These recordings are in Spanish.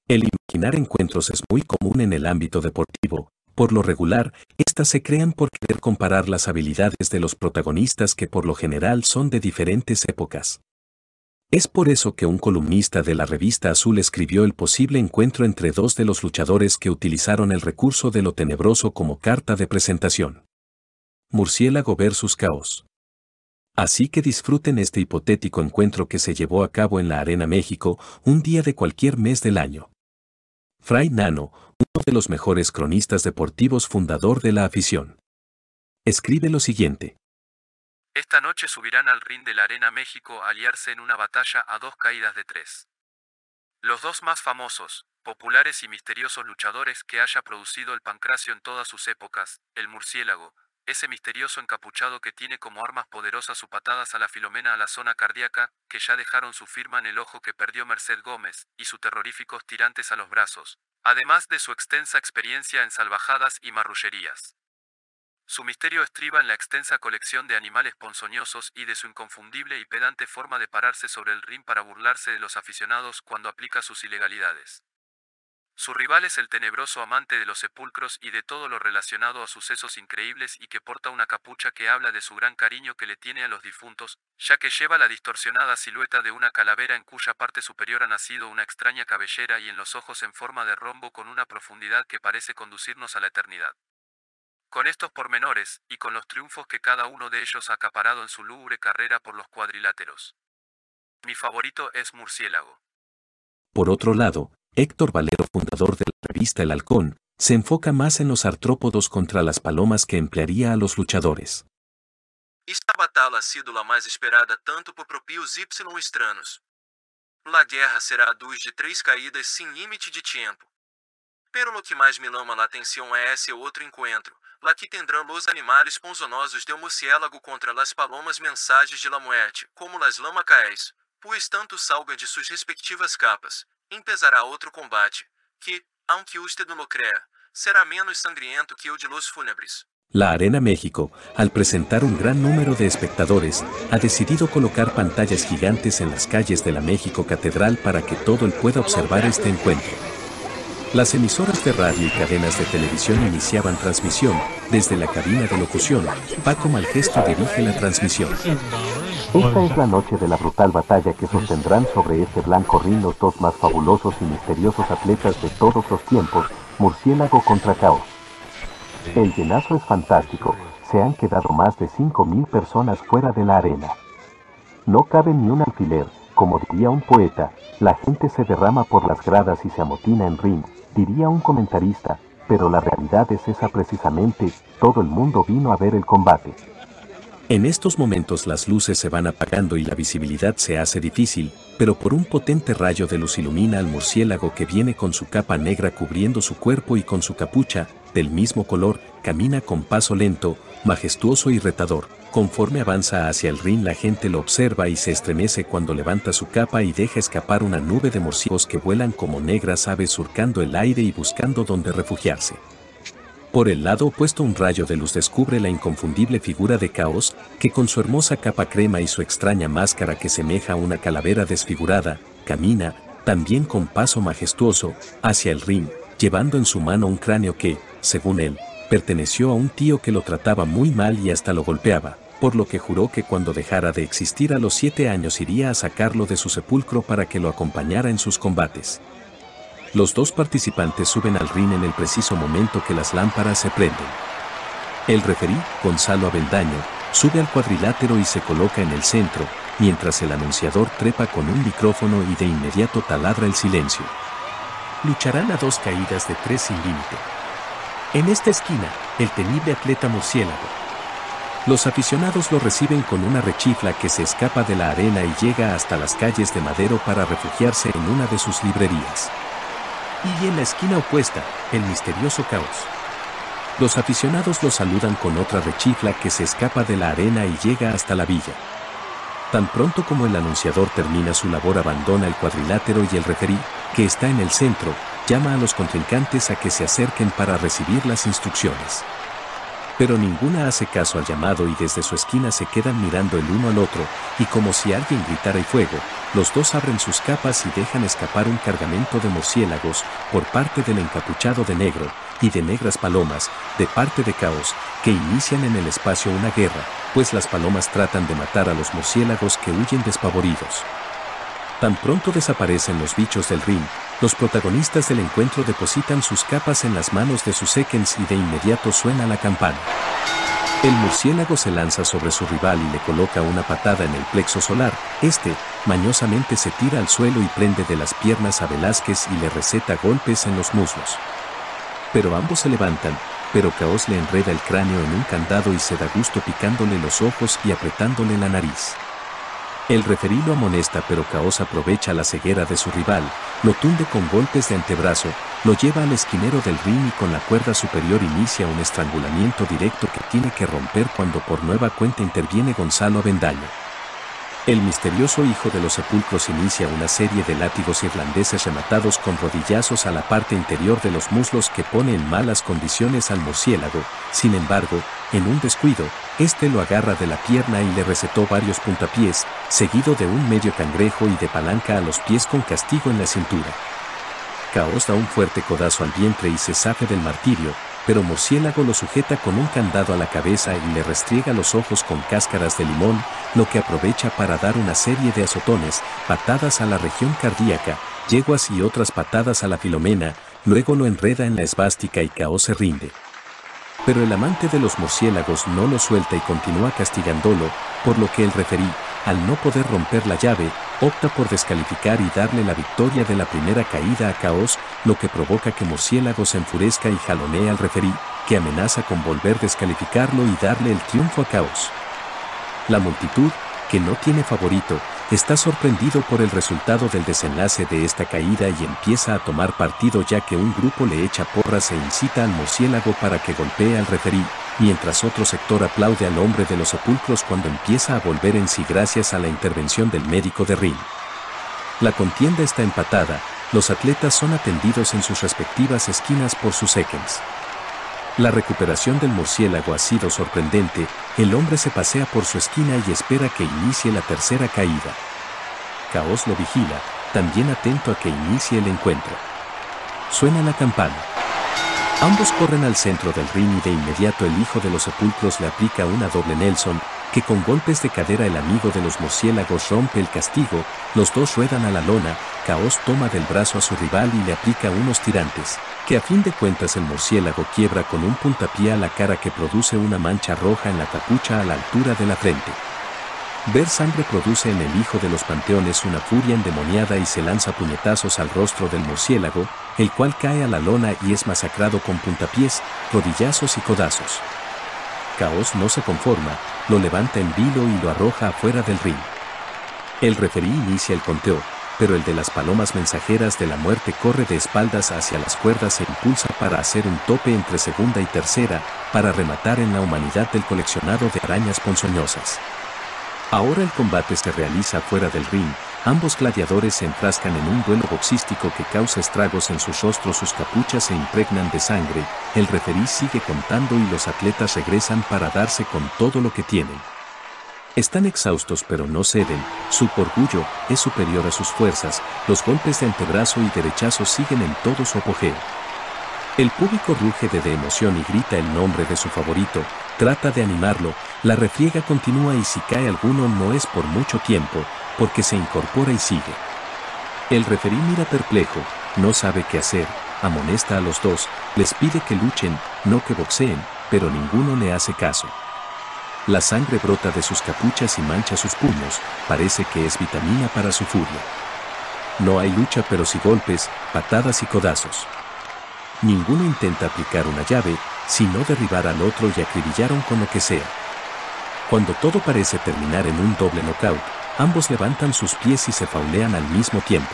El imaginar encuentros es muy común en el ámbito deportivo. Por lo regular, estas se crean por querer comparar las habilidades de los protagonistas que por lo general son de diferentes épocas. Es por eso que un columnista de la revista Azul escribió el posible encuentro entre dos de los luchadores que utilizaron el recurso de lo tenebroso como carta de presentación. Murciélago versus Caos. Así que disfruten este hipotético encuentro que se llevó a cabo en la Arena México, un día de cualquier mes del año. Fray Nano, uno de los mejores cronistas deportivos, fundador de la afición, escribe lo siguiente. Esta noche subirán al ring de la Arena México a aliarse en una batalla a 2 caídas de 3. Los dos más famosos, populares y misteriosos luchadores que haya producido el pancracio en todas sus épocas, el murciélago, ese misterioso encapuchado que tiene como armas poderosas su patadas a la Filomena a la zona cardíaca, que ya dejaron su firma en el ojo que perdió Merced Gómez, y sus terroríficos tirantes a los brazos, además de su extensa experiencia en salvajadas y marrullerías. Su misterio estriba en la extensa colección de animales ponzoñosos y de su inconfundible y pedante forma de pararse sobre el ring para burlarse de los aficionados cuando aplica sus ilegalidades. Su rival es el tenebroso amante de los sepulcros y de todo lo relacionado a sucesos increíbles y que porta una capucha que habla de su gran cariño que le tiene a los difuntos, ya que lleva la distorsionada silueta de una calavera en cuya parte superior ha nacido una extraña cabellera y en los ojos en forma de rombo con una profundidad que parece conducirnos a la eternidad. Con estos pormenores, y con los triunfos que cada uno de ellos ha acaparado en su lúgubre carrera por los cuadriláteros, mi favorito es Murciélago. Por otro lado, Héctor Valero, fundador de la revista El Halcón, se enfoca más en los artrópodos contra las palomas que emplearía a los luchadores. Esta batalha ha sido la más esperada tanto por propios y extranos. La guerra será a 2 de 3 caídas sin límite de tiempo. Pero lo que mais me llama la atención es ese otro encuentro, la que tendrán los animales ponzonosos del murciélago contra las palomas mensajes de la muerte, como las lamacaes, pues tanto salga de sus respectivas capas, empezará otro combate, que, aunque usted no lo crea, será menos sangriento que el de los fúnebres. La Arena México, al presentar un gran número de espectadores, ha decidido colocar pantallas gigantes en las calles de la México Catedral para que todo el pueda observar este encuentro. Las emisoras de radio y cadenas de televisión iniciaban transmisión. Desde la cabina de locución, Paco Malgesto dirige la transmisión. Esta es la noche de la brutal batalla que sostendrán sobre este blanco ring los dos más fabulosos y misteriosos atletas de todos los tiempos, Murciélago contra Caos. El llenazo es fantástico, se han quedado más de 5,000 personas fuera de la arena. No cabe ni un alfiler, como diría un poeta, la gente se derrama por las gradas y se amotina en ring, diría un comentarista, pero la realidad es esa precisamente, todo el mundo vino a ver el combate. En estos momentos las luces se van apagando y la visibilidad se hace difícil, pero por un potente rayo de luz ilumina al murciélago que viene con su capa negra cubriendo su cuerpo y con su capucha, del mismo color, camina con paso lento, majestuoso y retador. Conforme avanza hacia el ring la gente lo observa y se estremece cuando levanta su capa y deja escapar una nube de murciélagos que vuelan como negras aves surcando el aire y buscando dónde refugiarse. Por el lado opuesto un rayo de luz descubre la inconfundible figura de Caos, que con su hermosa capa crema y su extraña máscara que semeja a una calavera desfigurada, camina, también con paso majestuoso, hacia el ring, llevando en su mano un cráneo que, según él, perteneció a un tío que lo trataba muy mal y hasta lo golpeaba, por lo que juró que cuando dejara de existir a los 7 años iría a sacarlo de su sepulcro para que lo acompañara en sus combates. Los dos participantes suben al ring en el preciso momento que las lámparas se prenden. El referí, Gonzalo Avendaño, sube al cuadrilátero y se coloca en el centro, mientras el anunciador trepa con un micrófono y de inmediato taladra el silencio. Lucharán a 2 caídas de 3 sin límite. En esta esquina, el temible atleta murciélago. Los aficionados lo reciben con una rechifla que se escapa de la arena y llega hasta las calles de Madero para refugiarse en una de sus librerías. Y en la esquina opuesta, el misterioso Caos. Los aficionados lo saludan con otra rechifla que se escapa de la arena y llega hasta la villa. Tan pronto como el anunciador termina su labor abandona el cuadrilátero y el referí, que está en el centro, llama a los contrincantes a que se acerquen para recibir las instrucciones. Pero ninguna hace caso al llamado y desde su esquina se quedan mirando el uno al otro, y como si alguien gritara "y fuego", los dos abren sus capas y dejan escapar un cargamento de murciélagos por parte del encapuchado de negro y de negras palomas, de parte de Caos, que inician en el espacio una guerra, pues las palomas tratan de matar a los murciélagos que huyen despavoridos. Tan pronto desaparecen los bichos del ring, los protagonistas del encuentro depositan sus capas en las manos de sus seconds y de inmediato suena la campana. El murciélago se lanza sobre su rival y le coloca una patada en el plexo solar. Este, mañosamente se tira al suelo y prende de las piernas a Velázquez y le receta golpes en los muslos. Pero ambos se levantan, pero Caos le enreda el cráneo en un candado y se da gusto picándole los ojos y apretándole la nariz. El referí lo amonesta, pero Caos aprovecha la ceguera de su rival, lo tunde con golpes de antebrazo, lo lleva al esquinero del ring y con la cuerda superior inicia un estrangulamiento directo que tiene que romper cuando por nueva cuenta interviene Gonzalo Avendaño. El misterioso hijo de los sepulcros inicia una serie de látigos irlandeses rematados con rodillazos a la parte interior de los muslos que pone en malas condiciones al murciélago. Sin embargo, en un descuido, este lo agarra de la pierna y le recetó varios puntapiés, seguido de un medio cangrejo y de palanca a los pies con castigo en la cintura. Caos da un fuerte codazo al vientre y se zafe del martirio, pero Murciélago lo sujeta con un candado a la cabeza y le restriega los ojos con cáscaras de limón, lo que aprovecha para dar una serie de azotones, patadas a la región cardíaca, yeguas y otras patadas a la Filomena, luego lo enreda en la esvástica y Caos se rinde. Pero el amante de los murciélagos no lo suelta y continúa castigándolo, por lo que el referí, al no poder romper la llave, opta por descalificar y darle la victoria de la primera caída a Caos, lo que provoca que Murciélago se enfurezca y jalonee al referí, que amenaza con volver descalificarlo y darle el triunfo a Caos. La multitud, que no tiene favorito, está sorprendido por el resultado del desenlace de esta caída y empieza a tomar partido, ya que un grupo le echa porras e incita al murciélago para que golpee al referí, mientras otro sector aplaude al hombre de los sepulcros cuando empieza a volver en sí gracias a la intervención del médico de ring. La contienda está empatada, los atletas son atendidos en sus respectivas esquinas por sus seconds. La recuperación del murciélago ha sido sorprendente, el hombre se pasea por su esquina y espera que inicie la tercera caída. Caos lo vigila, también atento a que inicie el encuentro. Suena la campana. Ambos corren al centro del ring y de inmediato el hijo de los sepulcros le aplica una doble Nelson, que con golpes de cadera el amigo de los murciélagos rompe el castigo, los dos ruedan a la lona, Caos toma del brazo a su rival y le aplica unos tirantes, que a fin de cuentas el murciélago quiebra con un puntapié a la cara que produce una mancha roja en la capucha a la altura de la frente. Ver sangre produce en el hijo de los panteones una furia endemoniada y se lanza puñetazos al rostro del murciélago, el cual cae a la lona y es masacrado con puntapiés, rodillazos y codazos. Caos no se conforma, lo levanta en vilo y lo arroja afuera del ring. El referí inicia el conteo, pero el de las palomas mensajeras de la muerte corre de espaldas hacia las cuerdas e impulsa para hacer un tope entre segunda y tercera, para rematar en la humanidad del coleccionado de arañas ponzoñosas. Ahora el combate se realiza fuera del ring, ambos gladiadores se enfrascan en un duelo boxístico que causa estragos en sus rostros, sus capuchas se impregnan de sangre, el referí sigue contando y los atletas regresan para darse con todo lo que tienen. Están exhaustos pero no ceden, su orgullo es superior a sus fuerzas, los golpes de antebrazo y derechazos siguen en todo su apogeo. El público ruge de emoción y grita el nombre de su favorito, trata de animarlo, la refriega continúa y si cae alguno no es por mucho tiempo, porque se incorpora y sigue. El referí mira perplejo, no sabe qué hacer, amonesta a los dos, les pide que luchen, no que boxeen, pero ninguno le hace caso. La sangre brota de sus capuchas y mancha sus puños, parece que es vitamina para su furia. No hay lucha pero sí golpes, patadas y codazos. Ninguno intenta aplicar una llave, sino derribar al otro y acribillaron con lo que sea. Cuando todo parece terminar en un doble knockout, ambos levantan sus pies y se faulean al mismo tiempo.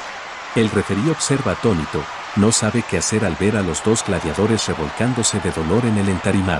El referí observa atónito, no sabe qué hacer al ver a los dos gladiadores revolcándose de dolor en el entarimado.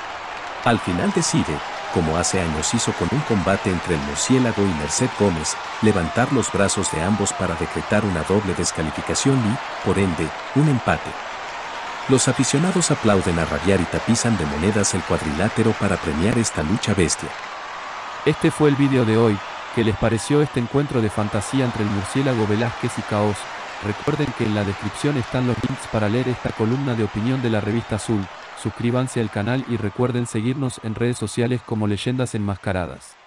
Al final decide, como hace años hizo con un combate entre el murciélago y Merced Gómez, levantar los brazos de ambos para decretar una doble descalificación y, por ende, un empate. Los aficionados aplauden a rabiar y tapizan de monedas el cuadrilátero para premiar esta lucha bestia. Este fue el vídeo de hoy. ¿Qué les pareció este encuentro de fantasía entre el murciélago Velázquez y Caos? Recuerden que en la descripción están los links para leer esta columna de opinión de la revista Azul. Suscríbanse al canal y recuerden seguirnos en redes sociales como Leyendas Enmascaradas.